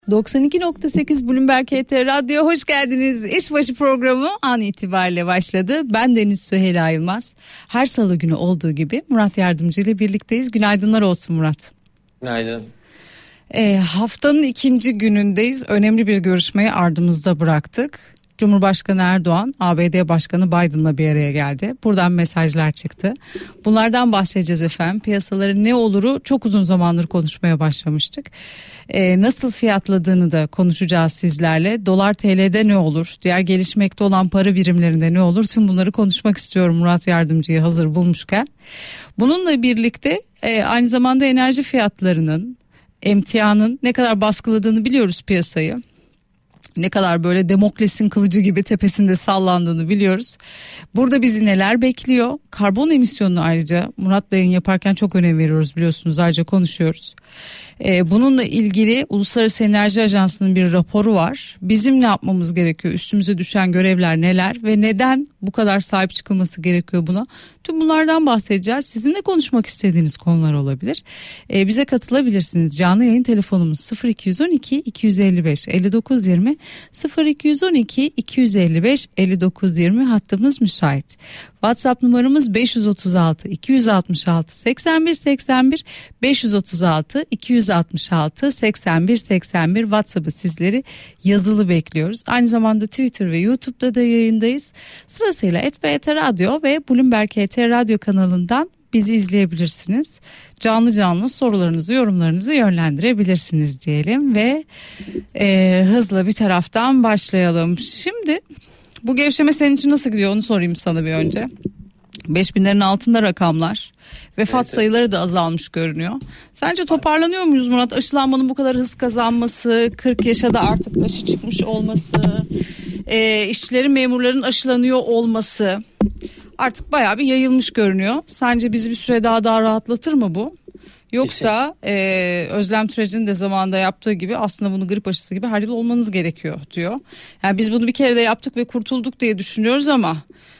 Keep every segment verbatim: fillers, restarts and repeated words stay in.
doksan iki nokta sekiz Bloomberg H T Radyo, hoş geldiniz. İşbaşı programı an itibariyle başladı. Ben Deniz Süheyla Yılmaz. Her salı günü olduğu gibi Murat Yardımcı ile birlikteyiz. Günaydınlar olsun Murat. Günaydın. E, haftanın ikinci günündeyiz. Önemli bir görüşmeyi ardımızda bıraktık. Cumhurbaşkanı Erdoğan, A B D Başkanı Biden'la bir araya geldi. Buradan mesajlar çıktı. Bunlardan bahsedeceğiz efendim. Piyasaların ne oluru çok uzun zamandır konuşmaya başlamıştık. Ee, nasıl fiyatladığını da konuşacağız sizlerle. Dolar T L'de ne olur? Diğer gelişmekte olan para birimlerinde ne olur? Tüm bunları konuşmak istiyorum Murat Yardımcı'yı hazır bulmuşken. Bununla birlikte e, aynı zamanda enerji fiyatlarının, emtianın ne kadar baskıladığını biliyoruz piyasayı. Ne kadar böyle Demokles'in kılıcı gibi tepesinde sallandığını biliyoruz. Burada bizi neler bekliyor? Karbon emisyonunu ayrıca Murat'la yayın yaparken çok önem veriyoruz, biliyorsunuz, ayrıca konuşuyoruz. Ee, bununla ilgili Uluslararası Enerji Ajansı'nın bir raporu var. Bizim ne yapmamız gerekiyor? Üstümüze düşen görevler neler ve neden bu kadar sahip çıkılması gerekiyor buna? Tüm bunlardan bahsedeceğiz. Sizinle konuşmak istediğiniz konular olabilir. Ee, bize katılabilirsiniz. Canlı yayın telefonumuz sıfır iki on iki iki yüz elli beş elli dokuz yirmi sıfır iki on iki iki yüz elli beş elli dokuz yirmi hattımız müsait. WhatsApp numaramız beş yüz otuz altı iki yüz altmış altı seksen bir seksen bir beş yüz otuz altı iki yüz altmış altı seksen bir seksen bir WhatsApp'ı sizleri yazılı bekliyoruz. Aynı zamanda Twitter ve YouTube'da da yayındayız. Sırasıyla et B T Radyo ve Bloomberg H T Radyo kanalından bizi izleyebilirsiniz. Canlı canlı sorularınızı, yorumlarınızı yönlendirebilirsiniz diyelim ve e, hızla bir taraftan başlayalım. Şimdi bu gevşeme senin için nasıl gidiyor onu sorayım sana bir önce. beş binlerin altında rakamlar. Vefat evet, sayıları da azalmış görünüyor. Sence toparlanıyor muyuz Murat? Aşılanmanın bu kadar hız kazanması, kırk yaşa da artık aşı çıkmış olması, e, işçilerin, memurların aşılanıyor olması artık bayağı bir yayılmış görünüyor. Sence bizi bir süre daha daha rahatlatır mı bu? Yoksa e, Özlem Türeci'nin de zamanında yaptığı gibi aslında bunu grip aşısı gibi her yıl olmanız gerekiyor diyor. Yani biz bunu bir kere de yaptık ve kurtulduk diye düşünüyoruz ama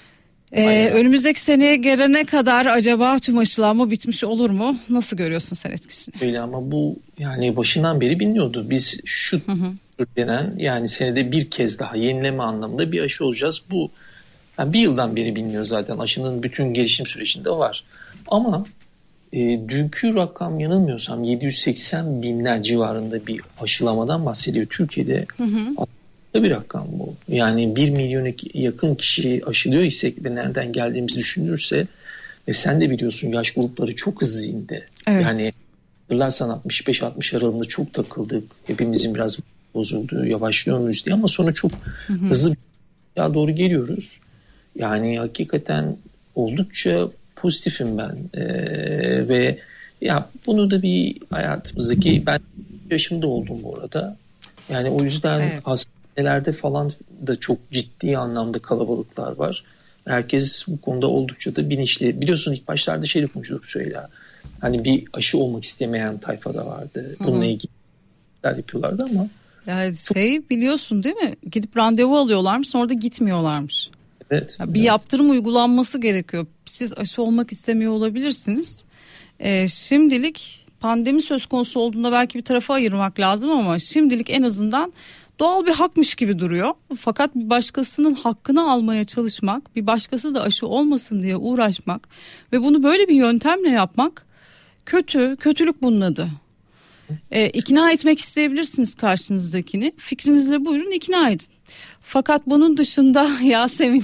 e, önümüzdeki seneye gelene kadar acaba tüm aşılanma bitmiş olur mu? Nasıl görüyorsun sen etkisini? Öyle ama bu yani başından beri biliniyordu. Biz şu hı hı. denen yani senede bir kez daha yenileme anlamında bir aşı olacağız. Bu yani bir yıldan beri biliniyor zaten, aşının bütün gelişim sürecinde var. Ama E, dünkü rakam yanılmıyorsam yedi yüz seksen binler civarında bir aşılamadan bahsediyor. Türkiye'de hı hı. bir rakam bu. Yani bir milyona yakın kişi aşılıyor isek ve nereden geldiğimizi düşünülürse ve sen de biliyorsun yaş grupları çok hızlı indi. Evet. Yani hatırlarsan altmış beş altmış aralığında çok takıldık. Hepimizin biraz bozulduğu, yavaşlıyor muyuz diye ama sonra çok hı hı. hızlı bir doğru geliyoruz. Yani hakikaten oldukça pozitifim ben ee, ve ya bunu da bir hayatımızdaki, ben yaşımda oldum bu arada. Yani o yüzden evet. hastanelerde falan da çok ciddi anlamda kalabalıklar var. Herkes bu konuda oldukça da bilinçli. Biliyorsun ilk başlarda şeyle konuşuyorduk Süheyla. Hani bir aşı olmak istemeyen tayfa da vardı. Bununla Hı-hı. ilgili yapıyorlardı ama. Yani şey biliyorsun değil mi? Gidip randevu alıyorlarmış, sonra da gitmiyorlarmış. Evet, bir evet. yaptırım uygulanması gerekiyor. Siz aşı olmak istemiyor olabilirsiniz. Ee, şimdilik pandemi söz konusu olduğunda belki bir tarafa ayırmak lazım ama şimdilik en azından doğal bir hakmış gibi duruyor. Fakat bir başkasının hakkını almaya çalışmak, bir başkası da aşı olmasın diye uğraşmak ve bunu böyle bir yöntemle yapmak kötü, kötülük bunun adı. Ee, ikna etmek isteyebilirsiniz karşınızdakini. Fikrinizle buyurun, ikna edin. Fakat bunun dışında Yasemin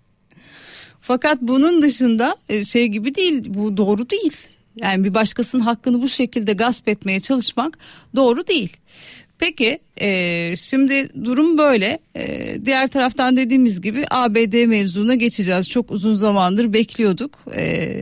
fakat bunun dışında şey gibi değil, bu doğru değil. Yani bir başkasının hakkını bu şekilde gasp etmeye çalışmak doğru değil. Peki e, şimdi durum böyle. E, diğer taraftan dediğimiz gibi A B D mevzuna geçeceğiz. Çok uzun zamandır bekliyorduk. E,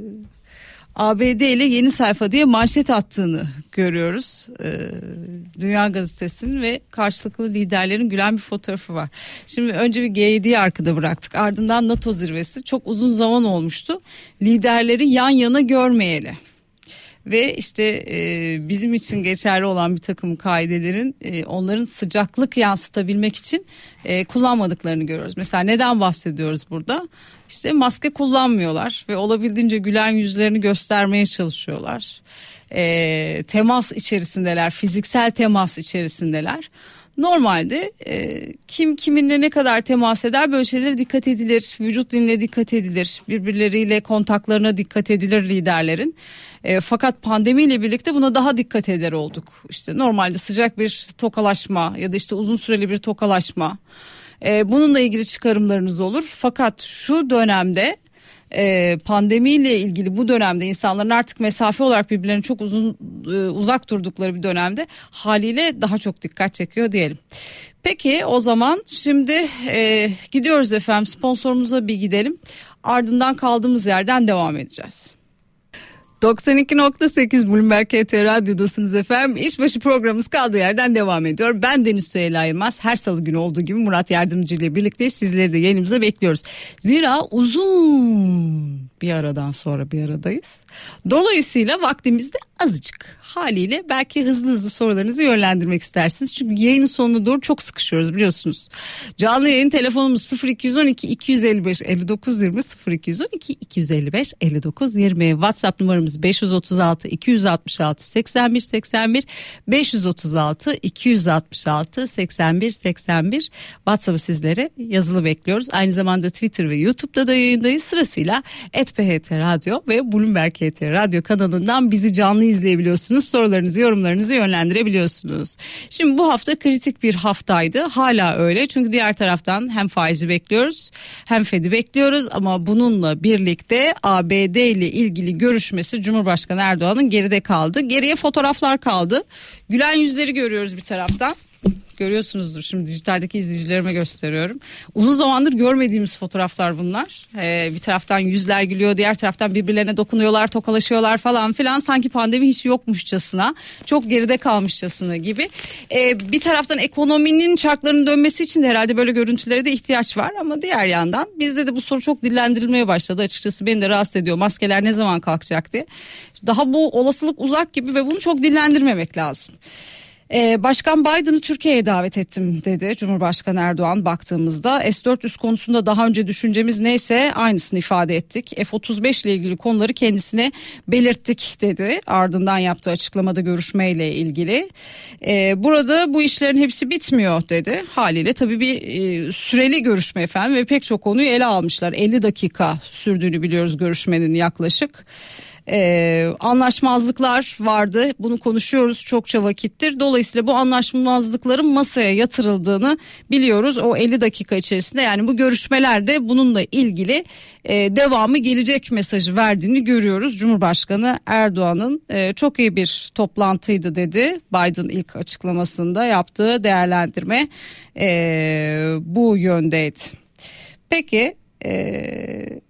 A B D ile yeni sayfa diye manşet attığını görüyoruz. Ee, Dünya Gazetesi'nin ve karşılıklı liderlerin gülen bir fotoğrafı var. Şimdi önce bir G yediyi arkada bıraktık. Ardından NATO zirvesi. Çok uzun zaman olmuştu. Liderleri yan yana görmeyeli. Ve işte e, bizim için geçerli olan bir takım kaidelerin e, onların sıcaklık yansıtabilmek için e, kullanmadıklarını görüyoruz. Mesela neden bahsediyoruz burada? İşte maske kullanmıyorlar ve olabildiğince gülen yüzlerini göstermeye çalışıyorlar. e, temas içerisindeler, fiziksel temas içerisindeler. Normalde e, kim kiminle ne kadar temas eder, böyle şeylere dikkat edilir, vücut diline dikkat edilir, birbirleriyle kontaklarına dikkat edilir liderlerin. E, fakat pandemiyle birlikte buna daha dikkat eder olduk. İşte normalde sıcak bir tokalaşma ya da işte uzun süreli bir tokalaşma, e, bununla ilgili çıkarımlarınız olur. Fakat şu dönemde Ee, pandemiyle ilgili bu dönemde insanların artık mesafe olarak birbirlerine çok uzun e, uzak durdukları bir dönemde haliyle daha çok dikkat çekiyor diyelim. Peki o zaman şimdi e, gidiyoruz efendim, sponsorumuza bir gidelim, ardından kaldığımız yerden devam edeceğiz. doksan iki nokta sekiz Bloomberg K T Radyo'dasınız efendim. İşbaşı programımız kaldığı yerden devam ediyor. Ben Deniz Süheyla Yılmaz. Her salı günü olduğu gibi Murat Yardımcı ile birlikte sizleri de yayınımıza bekliyoruz. Zira uzun bir aradan sonra bir aradayız. Dolayısıyla vaktimiz de azıcık. Haliyle belki hızlı hızlı sorularınızı yönlendirmek istersiniz. Çünkü yayının sonuna doğru çok sıkışıyoruz biliyorsunuz. Canlı yayın telefonumuz sıfır iki on iki iki yüz elli beş elli dokuz yirmi sıfır iki on iki iki yüz elli beş elli dokuz yirmi. WhatsApp numaramız beş yüz otuz altı iki yüz altmış altı seksen bir seksen bir beş yüz otuz altı iki yüz altmış altı seksen bir seksen bir. WhatsApp'ı sizlere yazılı bekliyoruz. Aynı zamanda Twitter ve YouTube'da da yayındayız. Sırasıyla et p h t Radyo ve Bloomberg K T Radyo kanalından bizi canlı izleyebiliyorsunuz. Sorularınızı, yorumlarınızı yönlendirebiliyorsunuz. Şimdi bu hafta kritik bir haftaydı. Hala öyle. Çünkü diğer taraftan hem faizi bekliyoruz hem Fed'i bekliyoruz. Ama bununla birlikte A B D ile ilgili görüşmesi Cumhurbaşkanı Erdoğan'ın geride kaldı. Geriye fotoğraflar kaldı. Gülen yüzleri görüyoruz bir taraftan. Görüyorsunuzdur, şimdi dijitaldeki izleyicilerime gösteriyorum. Uzun zamandır görmediğimiz fotoğraflar bunlar. Ee, bir taraftan yüzler gülüyor, diğer taraftan birbirlerine dokunuyorlar, tokalaşıyorlar falan filan. Sanki pandemi hiç yokmuşçasına, çok geride kalmışçasına gibi. Ee, bir taraftan ekonominin çarklarının dönmesi için de herhalde böyle görüntülere de ihtiyaç var. Ama diğer yandan bizde de bu soru çok dillendirilmeye başladı. Açıkçası beni de rahatsız ediyor. Maskeler ne zaman kalkacak diye. Daha bu olasılık uzak gibi ve bunu çok dillendirmemek lazım. Ee, Başkan Biden'ı Türkiye'ye davet ettim dedi Cumhurbaşkanı Erdoğan. Baktığımızda S dört yüz konusunda daha önce düşüncemiz neyse aynısını ifade ettik. F otuz beş ile ilgili konuları kendisine belirttik dedi. Ardından yaptığı açıklamada görüşmeyle ilgili. Ee, burada bu işlerin hepsi bitmiyor dedi. Haliyle tabii bir e, süreli görüşme efendim ve pek çok konuyu ele almışlar. elli dakika sürdüğünü biliyoruz görüşmenin yaklaşık. Ee, anlaşmazlıklar vardı, bunu konuşuyoruz çokça vakittir. Dolayısıyla bu anlaşmazlıkların masaya yatırıldığını biliyoruz o elli dakika içerisinde. Yani bu görüşmelerde bununla ilgili e, devamı gelecek mesajı verdiğini görüyoruz. Cumhurbaşkanı Erdoğan'ın e, çok iyi bir toplantıydı dedi. Biden ilk açıklamasında yaptığı değerlendirme e, bu yöndeydi. Peki eee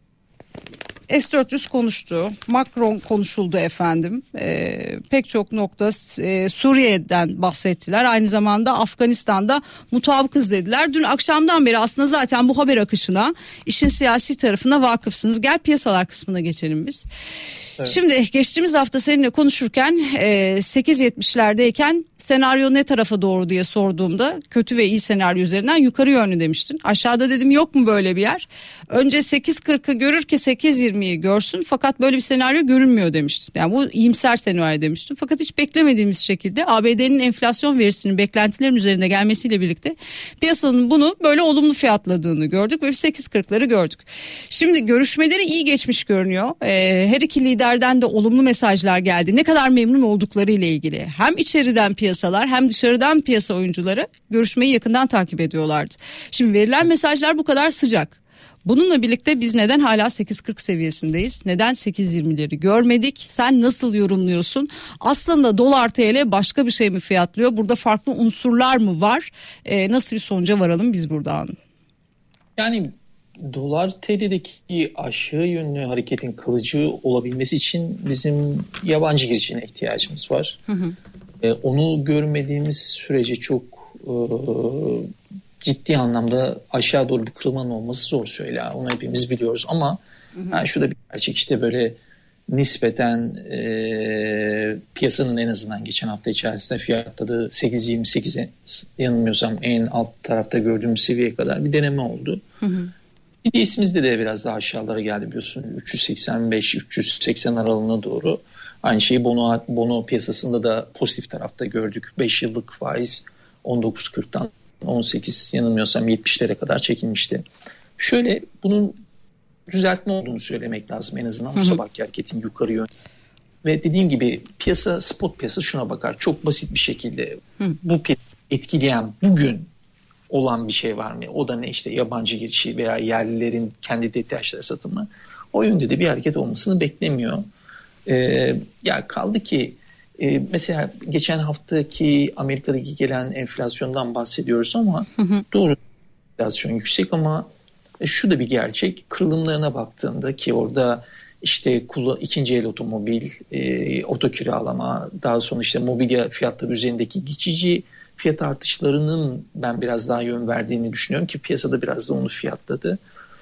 S dört yüz konuştu, Macron konuşuldu efendim, ee, pek çok nokta e, Suriye'den bahsettiler, aynı zamanda Afganistan'da mutabıkız dediler. Dün akşamdan beri aslında zaten bu haber akışına, işin siyasi tarafına vakıfsınız. Gel piyasalar kısmına geçelim biz. Evet. Şimdi geçtiğimiz hafta seninle konuşurken e, sekiz yetmişlerdeyken senaryo ne tarafa doğru diye sorduğumda kötü ve iyi senaryo üzerinden yukarı yönlü demiştin. Aşağıda dedim yok mu böyle bir yer? Önce sekiz kırkı görür ki sekiz yirmiyi görsün, fakat böyle bir senaryo görünmüyor demiştin. Yani bu iyimser senaryo demiştin. Fakat hiç beklemediğimiz şekilde A B D'nin enflasyon verisinin beklentilerin üzerinde gelmesiyle birlikte piyasanın bunu böyle olumlu fiyatladığını gördük ve sekiz kırkları gördük. Şimdi görüşmeleri iyi geçmiş görünüyor. Ee, her iki liderden de olumlu mesajlar geldi. Ne kadar memnun oldukları ile ilgili. Hem içeriden piyasalar hem dışarıdan piyasa oyuncuları görüşmeyi yakından takip ediyorlardı. Şimdi verilen mesajlar bu kadar sıcak. Bununla birlikte biz neden hala sekiz kırk seviyesindeyiz? Neden sekiz yirmileri görmedik? Sen nasıl yorumluyorsun? Aslında dolar T L başka bir şey mi fiyatlıyor? Burada farklı unsurlar mı var? Ee, nasıl bir sonuca varalım biz buradan? Yani dolar T L'deki aşağı yönlü hareketin kalıcı olabilmesi için bizim yabancı girişine ihtiyacımız var. Hı hı. Ee, onu görmediğimiz sürece çok e, ciddi anlamda aşağı doğru bir kırılmanın olması zor söyle. Onu hepimiz biliyoruz ama hı hı. Yani şu da bir gerçek, işte böyle nispeten e, piyasanın en azından geçen hafta içerisinde fiyatladığı sekiz yirmi sekize yanılmıyorsam en alt tarafta gördüğümüz seviyeye kadar bir deneme oldu. Hı hı. Bir de ismimizde de biraz daha aşağılara geldi biliyorsun, üç yüz seksen beş üç yüz seksen aralığına doğru. Aynı şeyi bono, bono piyasasında da pozitif tarafta gördük. beş yıllık faiz on dokuz kırktan on sekiz yanılmıyorsam yetmişlere kadar çekilmişti. Şöyle bunun düzeltme olduğunu söylemek lazım en azından bu sabahki hareketin yukarı yönü. Ve dediğim gibi piyasa, spot piyasası şuna bakar. Çok basit bir şekilde Hı. bu etkileyen bugün olan bir şey var mı? O da ne, işte yabancı girişi veya yerlilerin kendi ihtiyaçları satımı. O yönde de bir hareket olmasını beklemiyor. Ee, ya kaldı ki e, mesela geçen haftaki Amerika'daki gelen enflasyondan bahsediyoruz ama hı hı. doğru enflasyon yüksek ama e, şu da bir gerçek. Kırılımlarına baktığında ki orada işte ikinci el otomobil, e, oto kiralama, daha sonra işte mobilya fiyatları üzerindeki geçici fiyat artışlarının ben biraz daha yön verdiğini düşünüyorum ki piyasada biraz da onu fiyatladı.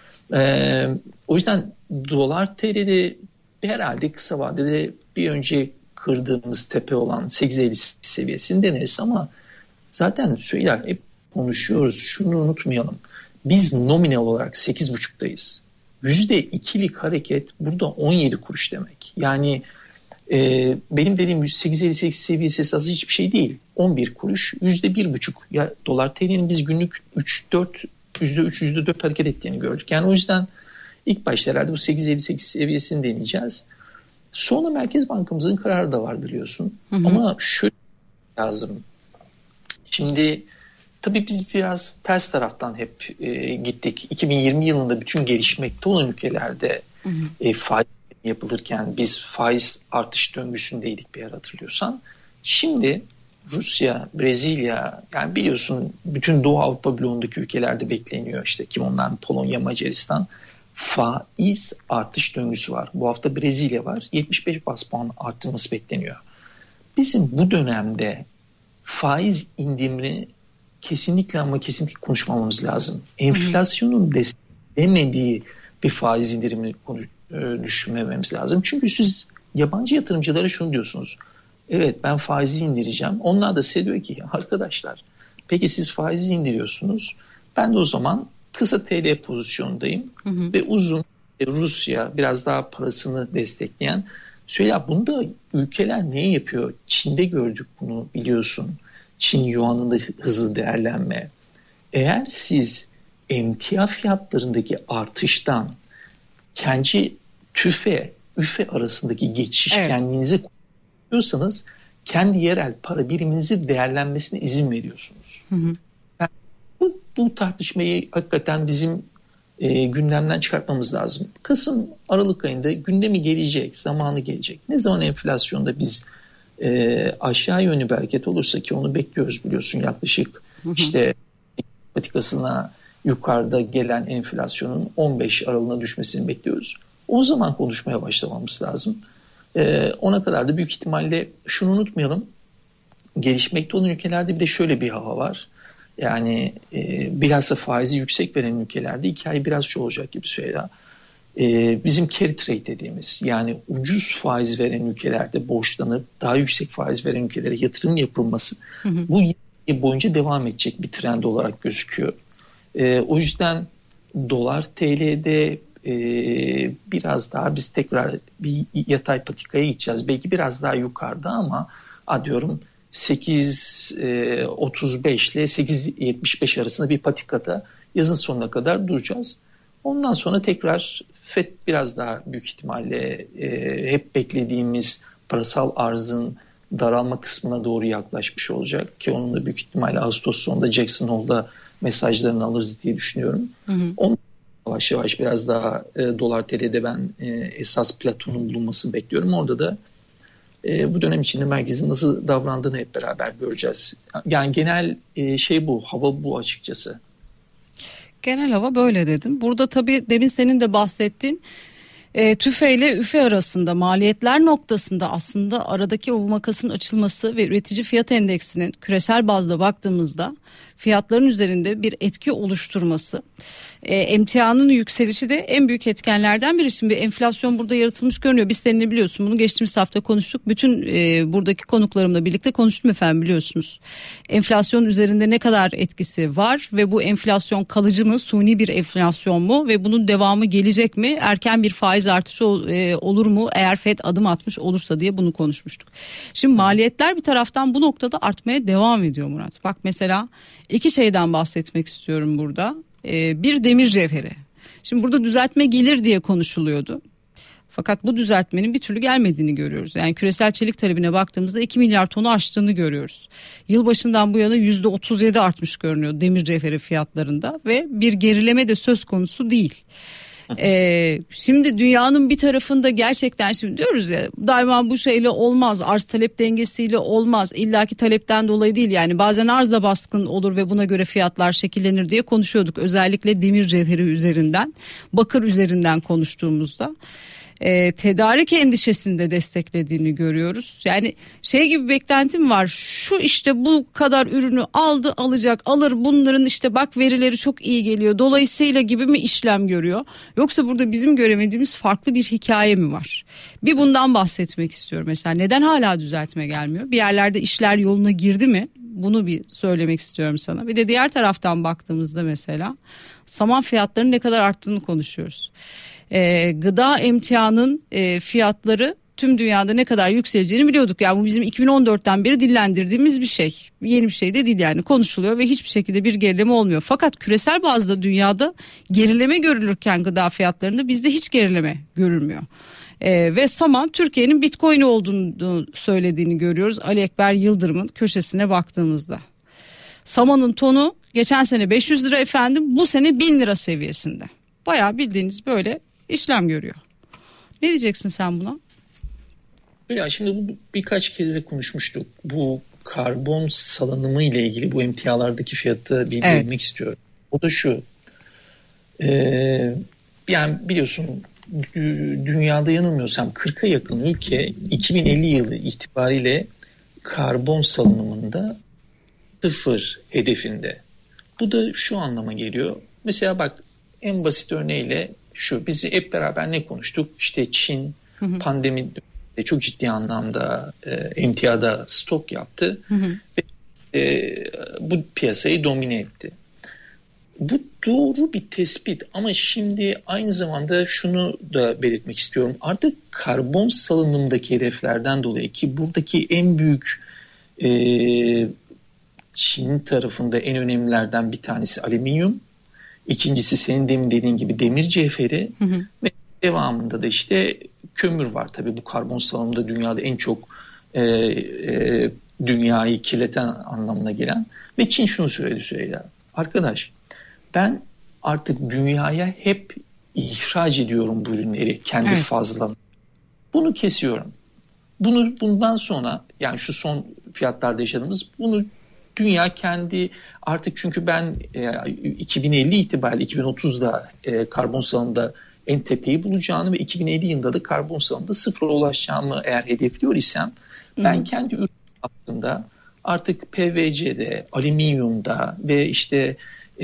E, o yüzden dolar T L'de herhalde kısa vadede bir önce kırdığımız tepe olan sekiz elli seviyesini deneriz ama zaten söyler hep konuşuyoruz, şunu unutmayalım. Biz nominal olarak sekiz buçuktayız. yüzde ikilik hareket burada on yedi kuruş demek. Yani e, benim dediğim sekiz elli sekiz seviyesi esası hiçbir şey değil. on bir kuruş, yüzde bir buçuk. Ya dolar T L'nin biz günlük üç dört, yüzde üç, yüzde dört hareket ettiğini gördük. Yani o yüzden ilk başta herhalde bu sekiz elli sekiz seviyesini deneyeceğiz. Sonra Merkez Bankamızın kararı da var biliyorsun. Hı hı. Ama şöyle lazım. Şimdi tabii biz biraz ters taraftan hep e, gittik. iki bin yirmi yılında bütün gelişmekte olan ülkelerde hı hı. E, faiz yapılırken biz faiz artış döngüsündeydik bir yer hatırlıyorsan. Şimdi Rusya, Brezilya, yani biliyorsun bütün Doğu Avrupa bloğundaki ülkelerde bekleniyor. İşte kim onlar? Polonya, Macaristan. Faiz artış döngüsü var. Bu hafta Brezilya var. yetmiş beş bas puan arttırması bekleniyor. Bizim bu dönemde faiz indirimini kesinlikle ama kesinlikle konuşmamamız lazım. Enflasyonun desteklemediği bir faiz indirimini konuş, e, düşünmememiz lazım. Çünkü siz yabancı yatırımcılara şunu diyorsunuz. Evet ben faizi indireceğim. Onlar da size diyor ki arkadaşlar peki siz faizi indiriyorsunuz. Ben de o zaman kısa T L pozisyondayım hı hı. ve uzun Rusya biraz daha parasını destekleyen söyle bunda ülkeler ne yapıyor? Çin'de gördük bunu biliyorsun. Çin yuanında hızlı değerlenme. Eğer siz emtia fiyatlarındaki artıştan kendi tüfe, üfe arasındaki geçiş evet. kendinizi koyuyorsanız kendi yerel para biriminizi değerlenmesine izin veriyorsunuz. Hı hı. Yani bu, bu tartışmayı hakikaten bizim e, gündemden çıkartmamız lazım. Kasım, Aralık ayında gündemi gelecek, zamanı gelecek. Ne zaman enflasyonda biz e, aşağı yönlü bir hareket olursa ki onu bekliyoruz biliyorsun yaklaşık hı hı. işte patikasına yukarıda gelen enflasyonun on beş aralığına düşmesini bekliyoruz. O zaman konuşmaya başlamamız lazım. Ee, ona kadar da büyük ihtimalle şunu unutmayalım. Gelişmekte olan ülkelerde bir de şöyle bir hava var. Yani e, bilhassa faizi yüksek veren ülkelerde hikaye biraz şu olacak gibi söyleyeyim. Ee, bizim carry trade dediğimiz yani ucuz faiz veren ülkelerde borçlanıp daha yüksek faiz veren ülkelere yatırım yapılması hı hı. bu yıl boyunca devam edecek bir trend olarak gözüküyor. Ee, o yüzden dolar T L'de e, biraz daha biz tekrar bir yatay patikaya gideceğiz. Belki biraz daha yukarıda ama diyorum sekiz otuz beş ile sekiz yetmiş beş arasında bir patikada yazın sonuna kadar duracağız. Ondan sonra tekrar F E D biraz daha büyük ihtimalle e, hep beklediğimiz parasal arzın daralma kısmına doğru yaklaşmış olacak ki onun da büyük ihtimalle Ağustos sonunda Jackson Hole'da mesajlarını alırız diye düşünüyorum. Hı hı. Onun yavaş yavaş biraz daha e, dolar T L'de ben e, esas platonun bulunmasını bekliyorum. Orada da e, bu dönem içinde merkezin nasıl davrandığını hep beraber göreceğiz. Yani genel e, şey bu, hava bu açıkçası. Genel hava böyle dedim. Burada tabii demin senin de bahsettiğin e, tüfe ile üfe arasında maliyetler noktasında aslında aradaki o makasın açılması ve üretici fiyat endeksinin küresel bazda baktığımızda fiyatların üzerinde bir etki oluşturması. E, emtianın yükselişi de en büyük etkenlerden biri. Şimdi enflasyon burada yaratılmış görünüyor. Biz seninle biliyorsun bunu geçtiğimiz hafta konuştuk. Bütün e, buradaki konuklarımla birlikte konuştum efendim, biliyorsunuz. Enflasyon üzerinde ne kadar etkisi var ve bu enflasyon kalıcı mı, suni bir enflasyon mu ve bunun devamı gelecek mi? Erken bir faiz artışı e, olur mu eğer F E D adım atmış olursa diye bunu konuşmuştuk. Şimdi maliyetler bir taraftan bu noktada artmaya devam ediyor Murat. Bak mesela iki şeyden bahsetmek istiyorum burada. Ee, bir demir cevheri. Şimdi burada düzeltme gelir diye konuşuluyordu. Fakat bu düzeltmenin bir türlü gelmediğini görüyoruz. Yani küresel çelik talebine baktığımızda iki milyar tonu aştığını görüyoruz. Yılbaşından bu yana yüzde otuz yedi artmış görünüyor demir cevheri fiyatlarında ve bir gerileme de söz konusu değil. Ee, şimdi dünyanın bir tarafında gerçekten şimdi diyoruz ya, daima bu şeyle olmaz, arz talep dengesiyle olmaz, illaki talepten dolayı değil, yani bazen arz da baskın olur ve buna göre fiyatlar şekillenir diye konuşuyorduk, özellikle demir cevheri üzerinden, bakır üzerinden konuştuğumuzda. E, tedarik endişesinde desteklediğini görüyoruz. Yani şey gibi beklentim var, şu işte bu kadar ürünü aldı, alacak, alır, bunların işte bak verileri çok iyi geliyor dolayısıyla gibi mi işlem görüyor, yoksa burada bizim göremediğimiz farklı bir hikaye mi var? Bir bundan bahsetmek istiyorum. Mesela neden hala düzeltme gelmiyor? Bir yerlerde işler yoluna girdi mi? Bunu bir söylemek istiyorum sana. Bir de diğer taraftan baktığımızda mesela saman fiyatlarının ne kadar arttığını konuşuyoruz. Ee, gıda emtianın e, fiyatları tüm dünyada ne kadar yükseleceğini biliyorduk. Yani bu bizim iki bin on dörtten beri dillendirdiğimiz bir şey. Yeni bir şey de değil, yani konuşuluyor ve hiçbir şekilde bir gerileme olmuyor. Fakat küresel bazda dünyada gerileme görülürken gıda fiyatlarında bizde hiç gerileme görülmüyor. Ee, ve saman Türkiye'nin Bitcoin'i olduğunu söylediğini görüyoruz Ali Ekber Yıldırım'ın köşesine baktığımızda. Samanın tonu geçen sene beş yüz lira efendim, bu sene bin lira seviyesinde. Bayağı bildiğiniz böyle işlem görüyor. Ne diyeceksin sen buna? Ya şimdi bu birkaç kez de konuşmuştuk. Bu karbon salınımı ile ilgili bu emtialardaki fiyatı bir evet. bilmek istiyorum. O da şu. E, yani biliyorsun dünyada yanılmıyorsam kırka yakın ülke iki bin elli yılı itibariyle karbon salınımında sıfır hedefinde. Bu da şu anlama geliyor. Mesela bak, en basit örneğiyle şu, biz hep beraber ne konuştuk? İşte Çin hı hı. pandemi çok ciddi anlamda e, emtiada stok yaptı hı hı. ve e, bu piyasayı domine etti. Bu doğru bir tespit ama şimdi aynı zamanda şunu da belirtmek istiyorum. Artık karbon salınımdaki hedeflerden dolayı, ki buradaki en büyük e, Çin tarafında en önemlilerden bir tanesi alüminyum. İkincisi senin demin dediğin gibi demir cevheri hı hı. ve devamında da işte kömür var. Tabii bu karbon salınımında dünyada en çok e, e, dünyayı kirleten anlamına gelen. Ve Çin şunu söyledi Süheyla. Arkadaş, ben artık dünyaya hep ihraç ediyorum bu ürünleri kendi evet. fazlam. Bunu kesiyorum. Bunu bundan sonra, yani şu son fiyatlarda yaşadığımız, bunu dünya kendi artık, çünkü ben e, iki bin elli itibariyle iki bin otuzda e, karbon salınımında en tepeyi bulacağını ve iki bin elli yılında da karbon salınımında sıfıra ulaşacağımı eğer hedefliyor isem, hmm. ben kendi ürün hakkında artık P V C'de, alüminyumda ve işte e,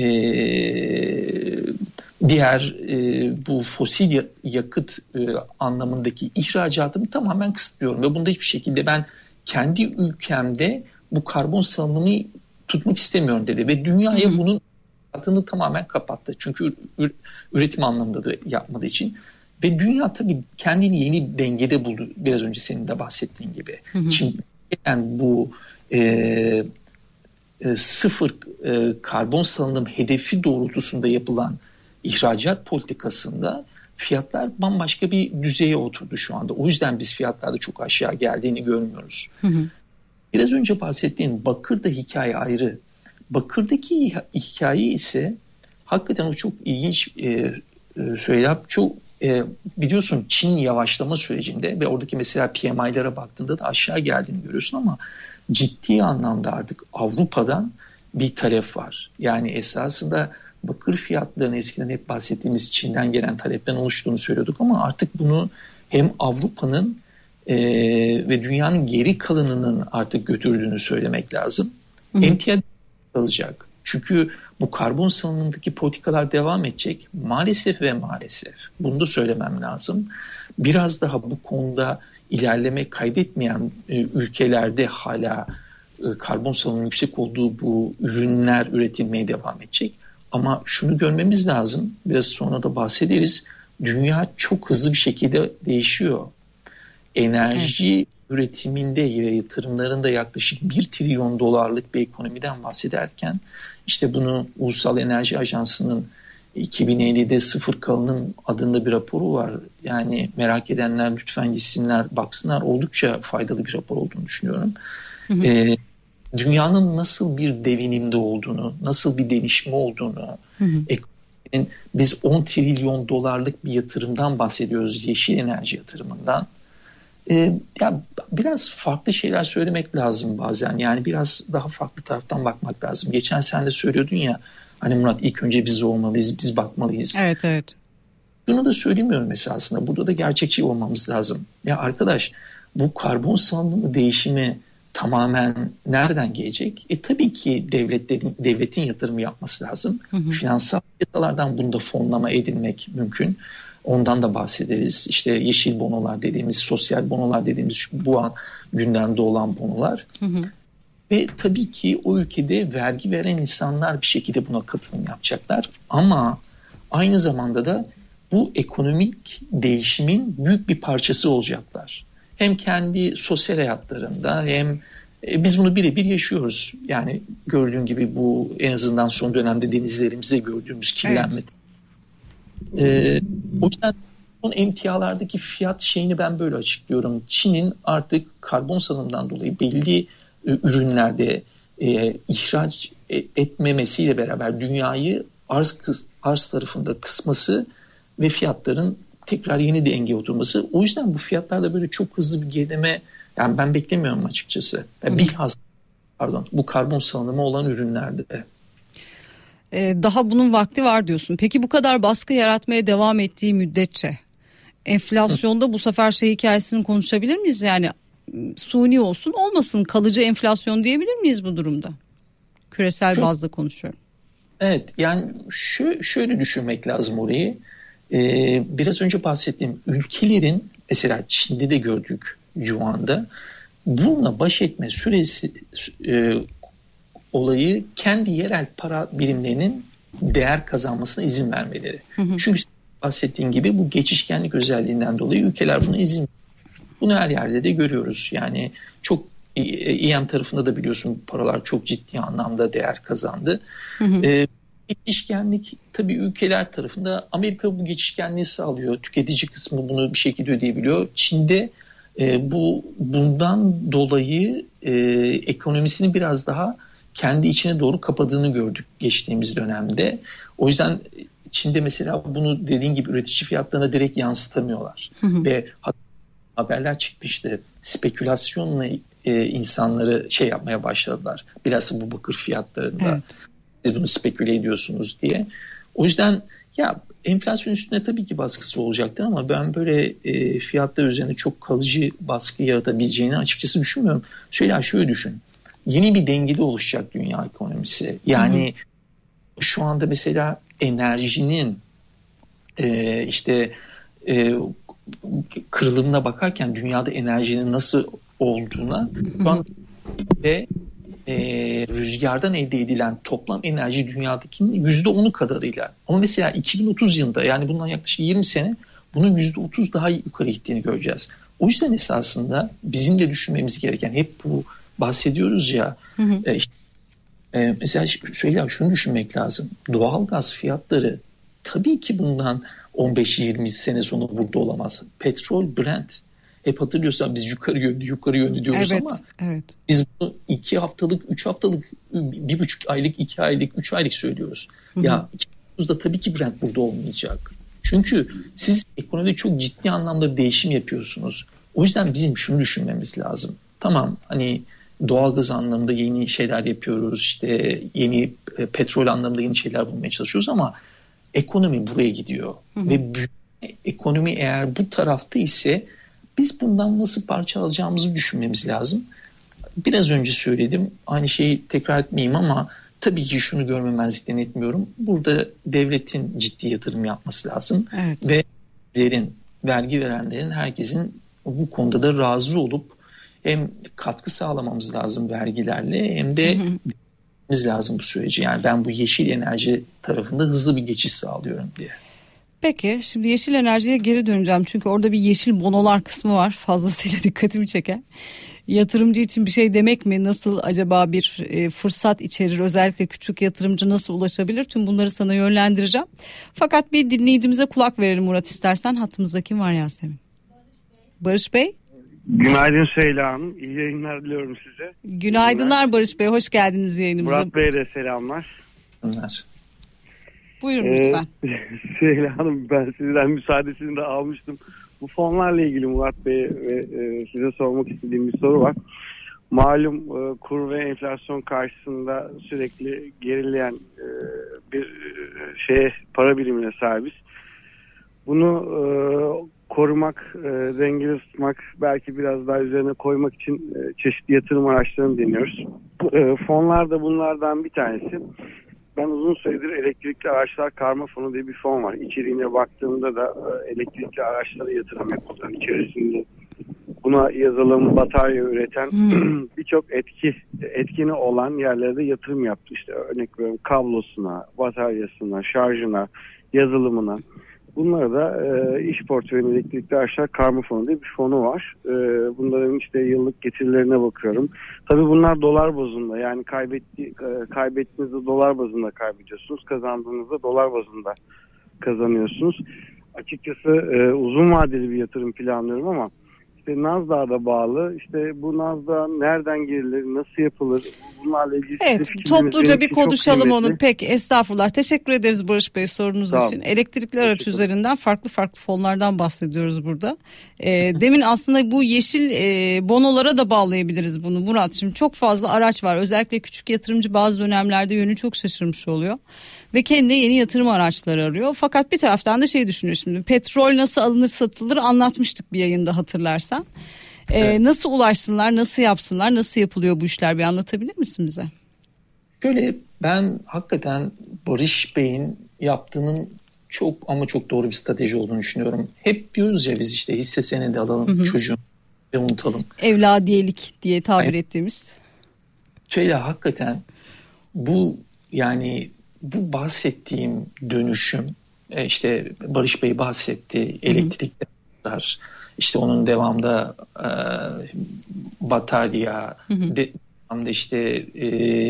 diğer e, bu fosil yakıt e, anlamındaki ihracatımı tamamen kısıtlıyorum ve bunda hiçbir şekilde ben kendi ülkemde bu karbon salınımını tutmak istemiyorum dedi ve dünyaya hmm. bunun hatını tamamen kapattı. Çünkü üretim anlamında da yapmadığı için. Ve dünya tabii kendini yeni dengede buldu. Biraz önce senin de bahsettiğin gibi. Hı hı. Şimdi yani bu e, e, sıfır e, karbon salınım hedefi doğrultusunda yapılan ihracat politikasında fiyatlar bambaşka bir düzeye oturdu şu anda. O yüzden biz fiyatlarda çok aşağı geldiğini görmüyoruz. Hı hı. Biraz önce bahsettiğin bakırda hikaye ayrı. Bakırdaki hikaye ise hakikaten o çok ilginç e, e, söyleyeyim. Çok e, biliyorsun Çin yavaşlama sürecinde ve oradaki mesela P M I'lara baktığında da aşağı geldiğini görüyorsun ama ciddi anlamda artık Avrupa'dan bir talep var. Yani esasında bakır fiyatlarının eskiden hep bahsettiğimiz Çin'den gelen talepten oluştuğunu söylüyorduk ama artık bunu hem Avrupa'nın e, ve dünyanın geri kalanının artık götürdüğünü söylemek lazım. Emtia kalacak. Çünkü bu karbon salınımındaki politikalar devam edecek. Maalesef ve maalesef. Bunu da söylemem lazım. Biraz daha bu konuda ilerleme kaydetmeyen e, ülkelerde hala e, karbon salınımının yüksek olduğu bu ürünler üretilmeye devam edecek. Ama şunu görmemiz lazım. Biraz sonra da bahsederiz. Dünya çok hızlı bir şekilde değişiyor. Enerji evet. üretiminde ve yatırımlarında yaklaşık bir trilyon dolarlık bir ekonomiden bahsederken işte bunu Ulusal Enerji Ajansı'nın iki bin ellide sıfır kalınım adında bir raporu var. Yani merak edenler lütfen gitsinler baksınlar. Oldukça faydalı bir rapor olduğunu düşünüyorum. Hı hı. Ee, dünyanın nasıl bir devinimde olduğunu, nasıl bir değişme olduğunu, hı hı. ekonominin biz on trilyon dolarlık bir yatırımdan bahsediyoruz, yeşil enerji yatırımından. Ee, ya biraz farklı şeyler söylemek lazım bazen. Yani biraz daha farklı taraftan bakmak lazım. Geçen sen de söylüyordun ya, hani Murat ilk önce biz olmalıyız, biz bakmalıyız. Evet, evet. Bunu da söylemiyorum esasında. Burada da gerçekçi olmamız lazım. Ya arkadaş, bu karbon salınımı değişimi tamamen nereden gelecek? E tabii ki devletlerin, devletin yatırım yapması lazım. Hı hı. Finansal piyasalardan bunda fonlama edilmek mümkün. Ondan da bahsederiz. İşte yeşil bonolar dediğimiz, sosyal bonolar dediğimiz şu, bu an gündemde olan bonolar. Hı hı. Ve tabii ki o ülkede vergi veren insanlar bir şekilde buna katılım yapacaklar. Ama aynı zamanda da bu ekonomik değişimin büyük bir parçası olacaklar. Hem kendi sosyal hayatlarında hem e, biz bunu birebir yaşıyoruz. Yani gördüğün gibi bu en azından son dönemde denizlerimizde gördüğümüz kirlenme. Evet. Ee, o yüzden son emtialardaki fiyat şeyini ben böyle açıklıyorum. Çin'in artık karbon salınımından dolayı belli e, ürünlerde e, ihraç etmemesiyle beraber dünyayı arz, arz tarafında kısması ve fiyatların tekrar yeni denge oturması. O yüzden bu fiyatlarda böyle çok hızlı bir gerileme yani ben beklemiyorum açıkçası. Yani bilhassa pardon bu karbon salınımı olan ürünlerde de. Daha bunun vakti var diyorsun. Peki bu kadar baskı yaratmaya devam ettiği müddetçe enflasyonda bu sefer şey hikayesini konuşabilir miyiz? Yani suni olsun olmasın kalıcı enflasyon diyebilir miyiz bu durumda? Küresel Çok, bazda konuşuyorum. Evet yani şöyle, şöyle düşünmek lazım orayı. Ee, biraz önce bahsettiğim ülkelerin mesela Çin'de de gördük Yuan'da bununla baş etme süresi e, olayı kendi yerel para birimlerinin değer kazanmasına izin vermeleri. Hı hı. Çünkü bahsettiğin gibi bu geçişkenlik özelliğinden dolayı ülkeler buna izin veriyor. Bunu her yerde de görüyoruz. Yani çok E M tarafında da biliyorsun paralar çok ciddi anlamda değer kazandı. Hı hı. Ee, geçişkenlik tabii ülkeler tarafında Amerika bu geçişkenliği sağlıyor. Tüketici kısmı bunu bir şekilde ödeyebiliyor. Çin'de e, bu bundan dolayı e, ekonomisini biraz daha kendi içine doğru kapadığını gördük geçtiğimiz dönemde. O yüzden Çin'de mesela bunu dediğin gibi üretici fiyatlarına direkt yansıtamıyorlar. Hı hı. Ve haberler çıktı işte spekülasyonla e, insanları şey yapmaya başladılar. Bilhassa bu bakır fiyatlarında. Evet. Siz bunu speküle ediyorsunuz diye. O yüzden ya enflasyon üstüne tabii ki baskısı olacaktır ama ben böyle e, fiyatlar üzerine çok kalıcı baskı yaratabileceğini açıkçası düşünmüyorum. Şöyle şöyle düşün. Yeni bir dengede oluşacak dünya ekonomisi. Yani hı hı. şu anda mesela enerjinin e, işte e, kırılımına bakarken dünyada enerjinin nasıl olduğuna şu an ve e, rüzgardan elde edilen toplam enerji dünyadakinin yüzde onu kadarıyla. Ama mesela iki bin otuz yılında yani bundan yaklaşık yirmi sene bunun yüzde otuz daha yukarı gittiğini göreceğiz. O yüzden esasında bizim de düşünmemiz gereken hep bu bahsediyoruz ya hı hı. E, işte, e, mesela şöyle şunu düşünmek lazım. Doğalgaz fiyatları tabii ki bundan on beş yirmi sene sonra burada olamaz. Petrol, Brent hep hatırlıyorsan biz yukarı yönlü yukarı yönlü diyoruz evet, ama evet. biz bunu iki haftalık, üç haftalık, bir buçuk aylık, iki aylık, üç aylık söylüyoruz. Hı hı. Ya iki bin otuzda tabii ki Brent burada olmayacak. Çünkü siz ekonomide çok ciddi anlamda değişim yapıyorsunuz. O yüzden bizim şunu düşünmemiz lazım. Tamam hani doğalgaz anlamında yeni şeyler yapıyoruz. İşte yeni e, petrol anlamında yeni şeyler bulmaya çalışıyoruz ama ekonomi buraya gidiyor. Hı hı. Ve büyük, ekonomi eğer bu tarafta ise biz bundan nasıl parça alacağımızı düşünmemiz lazım. Biraz önce söyledim. Aynı şeyi tekrar etmeyeyim ama tabii ki şunu görmemezlikten etmiyorum. Burada devletin ciddi yatırım yapması lazım. Evet. Ve derin, vergi verenlerin, herkesin bu konuda da razı olup hem katkı sağlamamız lazım vergilerle hem de biz lazım bu süreci. Yani ben bu yeşil enerji tarafında hızlı bir geçiş sağlıyorum diye. Peki şimdi yeşil enerjiye geri döneceğim. Çünkü orada bir yeşil bonolar kısmı var. Fazlasıyla dikkatimi çeken. Yatırımcı için bir şey demek mi? Nasıl acaba bir e, fırsat içerir? Özellikle küçük yatırımcı nasıl ulaşabilir? Tüm bunları sana yönlendireceğim. Fakat bir dinleyicimize kulak verelim Murat, istersen. Hattımızda kim var Yasemin? Barış Bey. Günaydın Süheyla Hanım. İyi yayınlar diliyorum size. Günaydınlar Barış Bey. Hoş geldiniz yayınımıza. Murat Bey'e de selamlar. Bunlar. Buyurun ee, lütfen. Süheyla Hanım, ben sizden müsaadesini de almıştım. Bu fonlarla ilgili Murat Bey'e ve e, size sormak istediğim bir soru var. Malum e, kur ve enflasyon karşısında sürekli gerileyen e, bir e, şeye, para birimine sahibiz. Bunu e, korumak, e, dengeli tutmak, belki biraz daha üzerine koymak için e, çeşitli yatırım araçlarını deniyoruz. E, fonlar da bunlardan bir tanesi. Ben uzun süredir elektrikli araçlar karma fonu diye bir fon var. İçeriğine baktığımda da e, elektrikli araçlara yatırım yapılıyor. İçerisinde buna yazılım, batarya üreten hmm. birçok etki etkini olan yerlerde yatırım yaptı. İşte örnek veriyorum, kablosuna, bataryasına, şarjına, yazılımına. Bunlara da e, iş portföyünün elektrikli araçlar karma fonu diye bir fonu var. E, bunların işte yıllık getirilerine bakıyorum. Tabii bunlar dolar bazında, yani kaybetti, e, kaybettiğinizde dolar bazında kaybediyorsunuz. Kazandığınızda dolar bazında kazanıyorsunuz. Açıkçası e, uzun vadeli bir yatırım planlıyorum ama işte Nasdaq'a da bağlı. İşte bu Nasdaq nereden girilir, nasıl yapılır? Bunlarla ilgili evet, topluca bir konuşalım onu. Peki, estağfurullah. Teşekkür ederiz Barış Bey sorunuz Sağ için. Olun. Elektrikli araç üzerinden farklı farklı fonlardan bahsediyoruz burada. E, demin aslında bu yeşil e, bonolara da bağlayabiliriz bunu Murat. Şimdi çok fazla araç var. Özellikle küçük yatırımcı bazı dönemlerde yönü çok şaşırmış oluyor. Ve kendine yeni yatırım araçları arıyor. Fakat bir taraftan da şey düşünüyor şimdi. Petrol nasıl alınır satılır anlatmıştık bir yayında, hatırlarsan. Ee, evet. Nasıl ulaşsınlar, nasıl yapsınlar, nasıl yapılıyor bu işler, bir anlatabilir misin bize? Şöyle, ben hakikaten Barış Bey'in yaptığının çok ama çok doğru bir strateji olduğunu düşünüyorum. Hep diyoruz ya biz, işte hisse senedi alalım, hı hı. çocuğu ve unutalım. Evladiyelik diye tabir yani, ettiğimiz. Şöyle hakikaten bu, yani bu bahsettiğim dönüşüm, işte Barış Bey bahsetti, elektrikler, işte onun devamında e, batarya, hı hı. De, devamında işte e,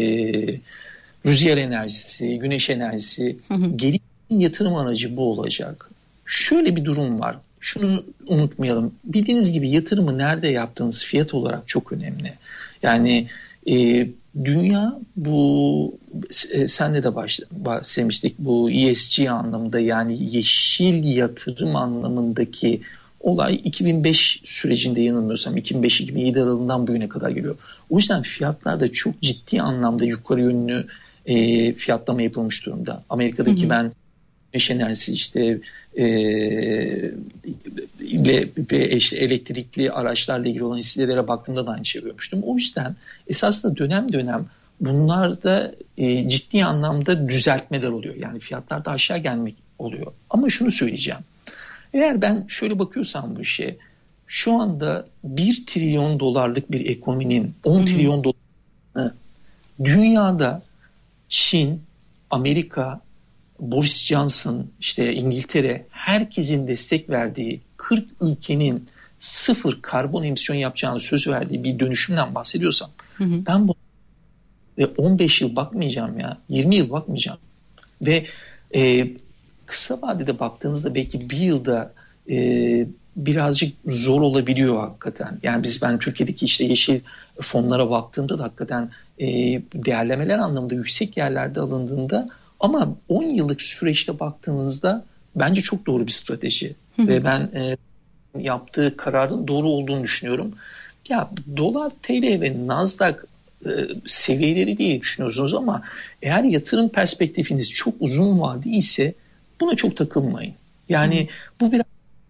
rüzgar enerjisi, güneş enerjisi, gelişen yatırım aracı bu olacak. Şöyle bir durum var. Şunu unutmayalım. Bildiğiniz gibi yatırımı nerede yaptığınız fiyat olarak çok önemli. Yani e, dünya bu, e, senle de baş, bahsetmiştik, bu E S G anlamında, yani yeşil yatırım anlamındaki olay iki bin beş sürecinde, yanılmıyorsam iki bin beş iki bin yedi aralığından bugüne kadar geliyor. O yüzden fiyatlarda çok ciddi anlamda yukarı yönlü e, fiyatlama yapılmış durumda. Amerika'daki hı hı. ben güneş enerjisi işte e, ile, ve işte elektrikli araçlarla ilgili olan hisselere baktığımda da aynı şey görmüştüm. O yüzden esasında dönem dönem bunlarda e, ciddi anlamda düzeltmeler oluyor. Yani fiyatlarda aşağı gelmek oluyor. Ama şunu söyleyeceğim. Eğer ben şöyle bakıyorsam bu işe, şu anda bir trilyon dolarlık bir ekonominin on trilyon dolarını dünyada Çin, Amerika, Boris Johnson, işte İngiltere, herkesin destek verdiği kırk ülkenin sıfır karbon emisyon yapacağını söz verdiği bir dönüşümden bahsediyorsam, hı hı. ben bu ve on beş yıl bakmayacağım ya, yirmi yıl bakmayacağım ve e, kısa vadede baktığınızda belki bir yılda e, birazcık zor olabiliyor hakikaten. Yani biz, ben Türkiye'deki işte yeşil fonlara baktığımda da hakikaten e, değerlemeler anlamında yüksek yerlerde alındığında, ama on yıllık süreçte baktığınızda bence çok doğru bir strateji. Ve ben e, yaptığı kararın doğru olduğunu düşünüyorum. Ya dolar, T L ve Nasdaq e, seviyeleri diye düşünüyorsunuz ama eğer yatırım perspektifiniz çok uzun vade ise buna çok takılmayın. Yani hmm. bu biraz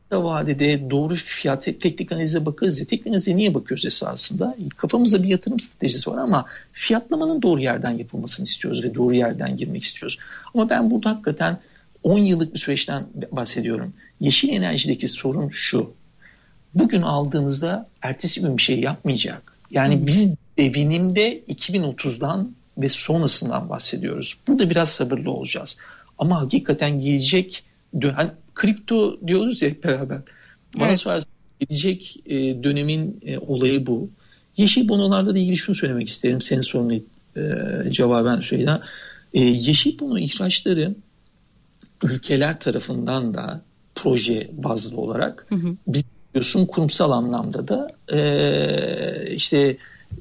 kısa vadede doğru fiyat teknik analize bakarız ya. Teknik analize niye bakıyoruz esasında? Kafamızda bir yatırım stratejisi var ama fiyatlamanın doğru yerden yapılmasını istiyoruz ve doğru yerden girmek istiyoruz. Ama ben burada hakikaten on yıllık bir süreçten bahsediyorum. Yeşil enerjideki sorun şu. Bugün aldığınızda ertesi gün bir şey yapmayacak. Yani hmm. biz devinimde iki bin otuzdan ve sonrasından bahsediyoruz. Burada biraz sabırlı olacağız. Ama hakikaten gelecek hani kripto diyoruz ya hep beraber. Bana evet. sorarsan gelecek e, dönemin e, olayı bu. Yeşil bonolarda da ilgili şunu söylemek isterim. Senin soruna e, cevaben söyleyeyim. E, yeşil bono ihraçları ülkeler tarafından da proje bazlı olarak hı hı. biz biliyorsun kurumsal anlamda da e, işte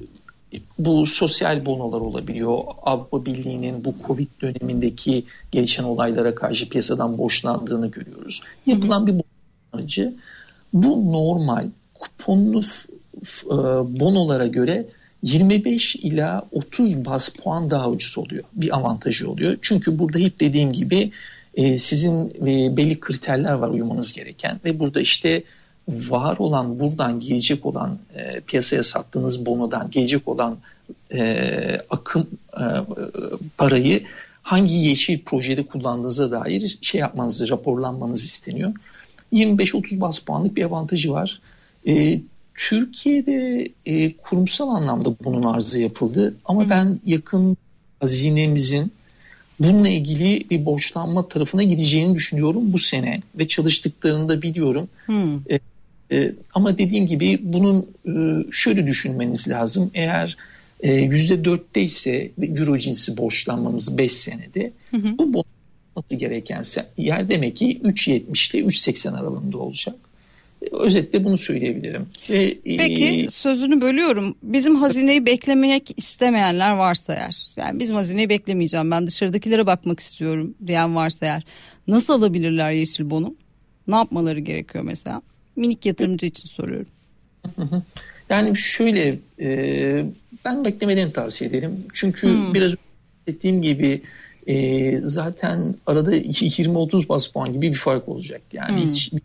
bu sosyal bonolar olabiliyor. Avrupa Birliği'nin bu Covid dönemindeki gelişen olaylara karşı piyasadan borçlandığını görüyoruz. Yapılan bir borç bu normal kuponlu bonolara göre yirmi beş ila otuz baz puan daha ucuz oluyor. Bir avantajı oluyor. Çünkü burada hep dediğim gibi sizin belli kriterler var uymanız gereken ve burada işte var olan buradan gelecek olan e, piyasaya sattığınız bonodan gelecek olan e, akım e, parayı hangi yeşil projede kullandığınıza dair şey yapmanızı, raporlanmanız isteniyor. yirmi beş otuz baz puanlık bir avantajı var. E, Türkiye'de e, kurumsal anlamda bunun arzı yapıldı ama Hı. ben yakın hazinemizin bununla ilgili bir borçlanma tarafına gideceğini düşünüyorum bu sene ve çalıştıklarını da biliyorum. Hmm. E, e, ama dediğim gibi bunun e, şöyle düşünmeniz lazım. Eğer e, yüzde dörtte ise euro cinsi borçlanmanız beş senede hı hı. bu borçlanması gereken yer demek ki üç yetmiş ile üç seksen aralığında olacak. Özetle bunu söyleyebilirim. Ve, Peki e, sözünü bölüyorum. Bizim hazineyi beklemek istemeyenler varsa eğer, yani bizim hazineyi beklemeyeceğim ben dışarıdakilere bakmak istiyorum diyen varsa eğer nasıl alabilirler yeşil bonu? Ne yapmaları gerekiyor mesela? Minik yatırımcı için soruyorum. Yani şöyle e, ben beklemeden tavsiye ederim. Çünkü hmm. biraz dediğim gibi e, zaten arada yirmi otuz baz puan gibi bir fark olacak. Yani hmm. hiç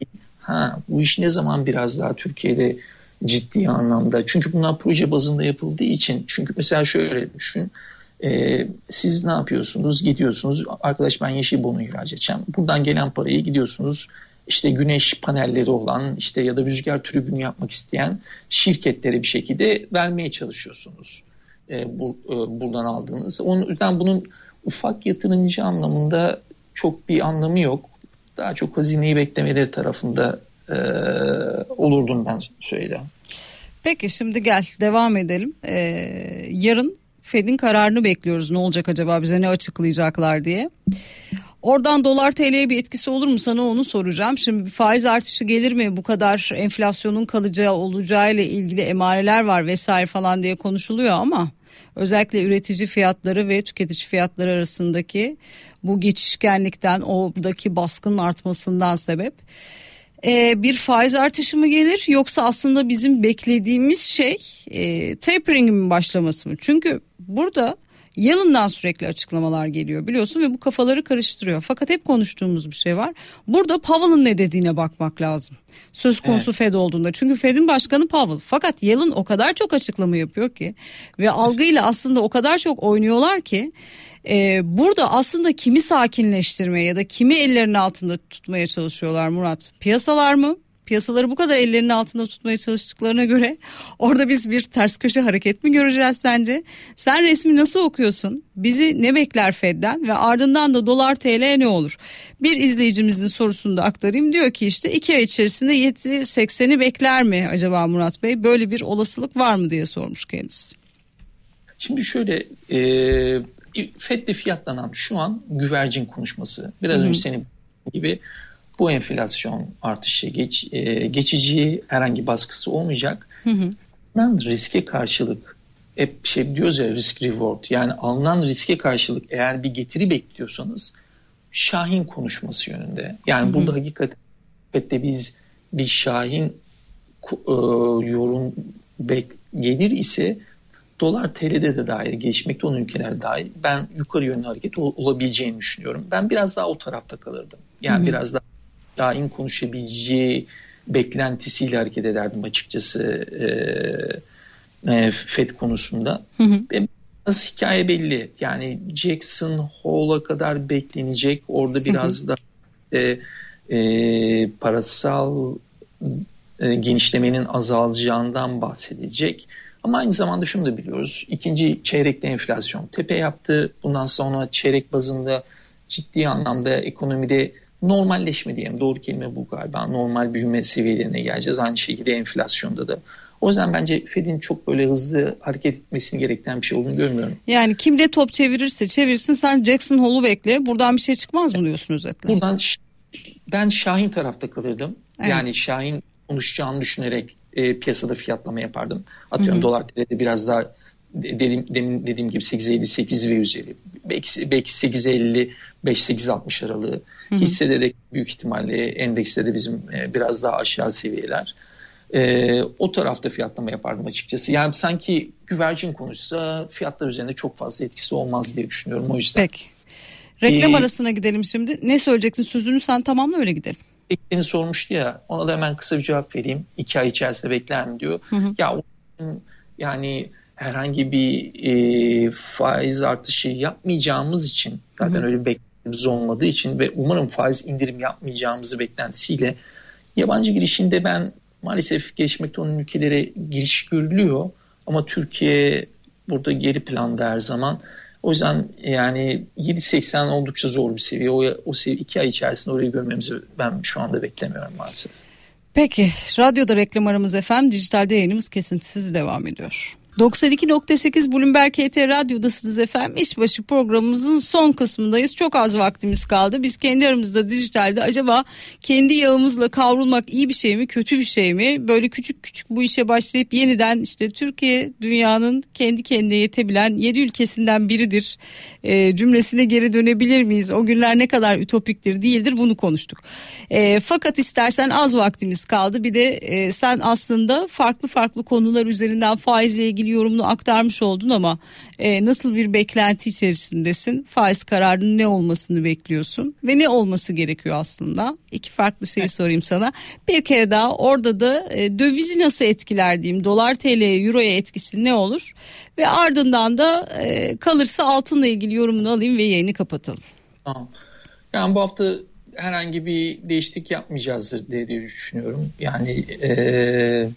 Ha, bu iş ne zaman biraz daha Türkiye'de ciddi anlamda, çünkü bunlar proje bazında yapıldığı için, çünkü mesela şöyle düşün, e, siz ne yapıyorsunuz, gidiyorsunuz, arkadaş ben yeşil bono ihraç edeceğim, buradan gelen parayı gidiyorsunuz işte güneş panelleri olan işte ya da rüzgar tribünü yapmak isteyen şirketlere bir şekilde vermeye çalışıyorsunuz e, bu, e, buradan aldığınız. O yüzden bunun ufak yatırımcı anlamında çok bir anlamı yok. Daha çok hazineyi beklemeleri tarafında e, olurdum ben söyleyeyim. Peki şimdi gel devam edelim. Ee, yarın Fed'in kararını bekliyoruz. Ne olacak acaba, bize ne açıklayacaklar diye. Oradan dolar T L'ye bir etkisi olur mu, sana onu soracağım. Şimdi bir faiz artışı gelir mi? Bu kadar enflasyonun kalıcı olacağı ile ilgili emareler var vesaire falan diye konuşuluyor ama özellikle üretici fiyatları ve tüketici fiyatları arasındaki bu geçişkenlikten, oradaki baskının artmasından sebep ee, bir faiz artışı mı gelir, yoksa aslında bizim beklediğimiz şey e, tapering'in mi başlaması mı? Çünkü burada Yellen'dan sürekli açıklamalar geliyor biliyorsun ve bu kafaları karıştırıyor. Fakat hep konuştuğumuz bir şey var. Burada Powell'ın ne dediğine bakmak lazım. Söz konusu evet. Fed olduğunda. Çünkü Fed'in başkanı Powell. Fakat Yellen o kadar çok açıklama yapıyor ki ve algıyla aslında o kadar çok oynuyorlar ki e, burada aslında kimi sakinleştirmeye ya da kimi ellerinin altında tutmaya çalışıyorlar Murat? Piyasalar mı? Piyasaları bu kadar ellerinin altında tutmaya çalıştıklarına göre orada biz bir ters köşe hareket mi göreceğiz sence? Sen resmi nasıl okuyorsun? Bizi ne bekler Fed'den ve ardından da dolar T L ne olur? Bir izleyicimizin sorusunu da aktarayım. Diyor ki işte iki ay içerisinde yedi sekseni bekler mi acaba Murat Bey? Böyle bir olasılık var mı diye sormuş kendisi. Şimdi şöyle e, Fed'de fiyatlanan şu an güvercin konuşması. Biraz önce senin gibi bu enflasyon artışı geç, e, geçici herhangi baskısı olmayacak. Hı hı. Alınan riske karşılık hep şey diyoruz ya, risk reward, yani alınan riske karşılık eğer bir getiri bekliyorsanız şahin konuşması yönünde. Yani hı hı. burada hakikaten biz bir şahin e, yorum bek, gelir ise dolar T L'de de dair, gelişmekte olan ülkeler dahil ben yukarı yönlü hareket ol, olabileceğini düşünüyorum. Ben biraz daha o tarafta kalırdım. Yani hı hı. biraz daha Şahin konuşabileceği beklentisiyle hareket ederdim açıkçası e, e, Fed konusunda. Hı hı. Nasıl hikaye belli. Yani Jackson Hole'a kadar beklenecek. Orada biraz hı hı. da e, e, parasal e, genişlemenin azalacağından bahsedecek. Ama aynı zamanda şunu da biliyoruz. İkinci çeyrekte enflasyon tepe yaptı. Bundan sonra çeyrek bazında ciddi anlamda ekonomide normalleşme diyelim. Doğru kelime bu galiba. Normal büyüme seviyelerine geleceğiz. Aynı şekilde enflasyonda da. O yüzden bence Fed'in çok böyle hızlı hareket etmesini gerektiren bir şey olduğunu görmüyorum. Yani kim de top çevirirse çevirsin, sen Jackson Hole'u bekle. Buradan bir şey çıkmaz mı diyorsun özetle? Buradan ben Şahin tarafta kalırdım. Evet. Yani Şahin konuşacağını düşünerek e, piyasada fiyatlama yapardım. Atıyorum hı hı. dolar T L'de biraz daha dedim, demin dediğim gibi sekiz elli sekiz ve üzeri. Belki, belki sekiz elli beş sekiz altmış aralığı. Hı hı. Hissede de büyük ihtimalle endekste de bizim e, biraz daha aşağı seviyeler. E, o tarafta fiyatlama yapardım açıkçası. Yani sanki güvercin konuşsa fiyatlar üzerinde çok fazla etkisi olmaz diye düşünüyorum o yüzden. Peki. Reklam ee, arasına gidelim şimdi. Ne söyleyeceksin? Sözünü sen tamamla, öyle gidelim. Seni sormuştu ya, ona da hemen kısa bir cevap vereyim. İki ay içerisinde bekler mi diyor. Hı hı. Ya o, yani herhangi bir e, faiz artışı yapmayacağımız için, zaten hı hı. öyle bir beklentimiz olmadığı için ve umarım faiz indirim yapmayacağımızı beklentisiyle yabancı girişinde ben maalesef gelişmekte olan ülkelere giriş görülüyor ama Türkiye burada geri planda her zaman. O yüzden yani yedi seksen oldukça zor bir seviye. O, o seviye iki ay içerisinde orayı görmemizi ben şu anda beklemiyorum maalesef. Peki, radyoda reklam aramız efendim, dijitalde yayınımız kesintisiz devam ediyor. doksan iki nokta sekiz Bloomberg K T Radyo'dasınız efendim. İşbaşı programımızın son kısmındayız. Çok az vaktimiz kaldı. Biz kendi aramızda dijitalde acaba kendi yağımızla kavrulmak iyi bir şey mi, kötü bir şey mi? Böyle küçük küçük bu işe başlayıp yeniden işte Türkiye dünyanın kendi kendine yetebilen yedi ülkesinden biridir e, cümlesine geri dönebilir miyiz? O günler ne kadar ütopiktir değildir, bunu konuştuk. E, fakat istersen az vaktimiz kaldı. Bir de e, sen aslında farklı farklı konular üzerinden faizle ilgili yorumunu aktarmış oldun ama e, nasıl bir beklenti içerisindesin? Faiz kararının ne olmasını bekliyorsun ve ne olması gerekiyor aslında? İki farklı şeyi evet. sorayım sana. Bir kere daha orada da e, dövizi nasıl etkiler diyeyim? Dolar T L'ye, Euro'ya etkisi ne olur? Ve ardından da e, kalırsa altınla ilgili yorumunu alayım ve yayını kapatalım. Tamam. Yani bu hafta herhangi bir değişiklik yapmayacağızdır diye, diye düşünüyorum. Yani eee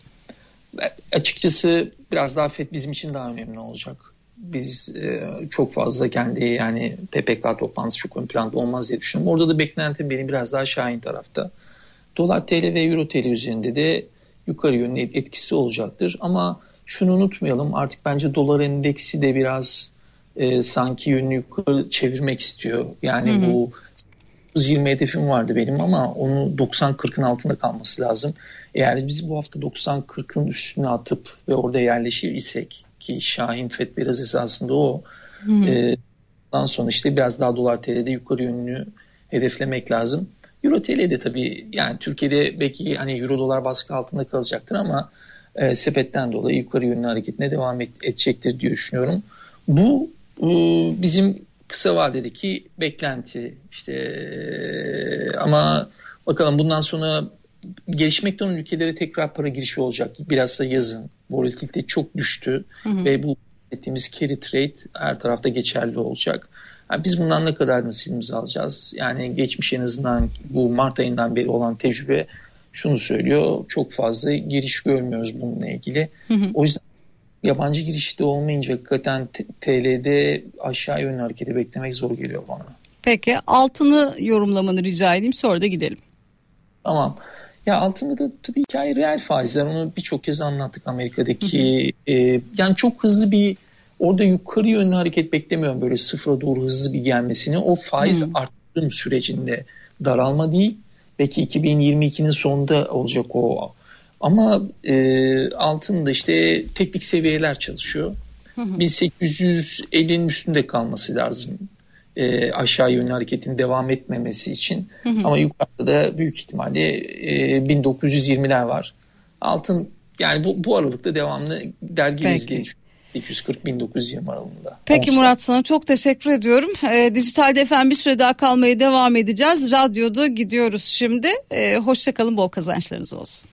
açıkçası biraz daha Fed bizim için daha önemli olacak. Biz e, çok fazla kendi yani P P K toplantısı çok ön planda olmaz diye düşünüyorum. Orada da beklentim benim biraz daha Şahin tarafta. Dolar T L ve Euro T L üzerinde de yukarı yönlü etkisi olacaktır. Ama şunu unutmayalım, artık bence dolar endeksi de biraz e, sanki yönünü yukarı çevirmek istiyor. Yani hı hı. bu dokuz yirmi hedefim vardı benim ama onu doksan kırkın altında kalması lazım. Eğer biz bu hafta doksan kırkın üstüne atıp ve orada yerleşir isek, ki Şahin Fed biraz esasında o, e, ondan sonra işte biraz daha dolar T L'de yukarı yönlü hedeflemek lazım. Euro T L'de tabii yani Türkiye'de belki hani euro dolar baskı altında kalacaktır ama e, sepetten dolayı yukarı yönlü hareketine devam et, edecektir diye düşünüyorum. Bu e, bizim kısa vadedeki beklenti işte e, ama bakalım bundan sonra gelişmekte olan ülkelere tekrar para girişi olacak. Biraz da yazın volatilite çok düştü hı hı. ve bu ettiğimiz carry trade her tarafta geçerli olacak. Yani biz bundan ne kadar nasibimizi alacağız? Yani geçmiş en azından bu Mart ayından beri olan tecrübe şunu söylüyor. Çok fazla giriş görmüyoruz bununla ilgili. Hı hı. O yüzden yabancı girişte olmayınca hakikaten T L'de aşağı yönlü hareketi beklemek zor geliyor bana. Peki altını yorumlamanı rica edeyim, sonra da gidelim. Tamam. Ya altında da tabii hikaye reel faizler. Onu birçok kez anlattık Amerika'daki. Hı hı. E, yani çok hızlı bir orada yukarı yönlü hareket beklemiyorum. Böyle sıfıra doğru hızlı bir gelmesini. O faiz hı. arttırım sürecinde daralma değil. Belki iki bin yirmi ikinin sonunda olacak o. Ama e, altında işte teknik seviyeler çalışıyor. Hı hı. bin sekiz yüz ellinin üstünde kalması lazım. E, aşağı yönlü hareketin devam etmemesi için. Hı hı. Ama yukarıda da büyük ihtimalle e, bin dokuz yüz yirmiler var. Altın yani bu, bu aralıkta devamlı dergi izleyici. sekiz yüz kırk bin dokuz yüz yirmi aralığında. Peki Murat, sana çok teşekkür ediyorum. E, dijitalde efendim bir süre daha kalmaya devam edeceğiz. Radyoda gidiyoruz şimdi. E, hoşça kalın, bol kazançlarınız olsun.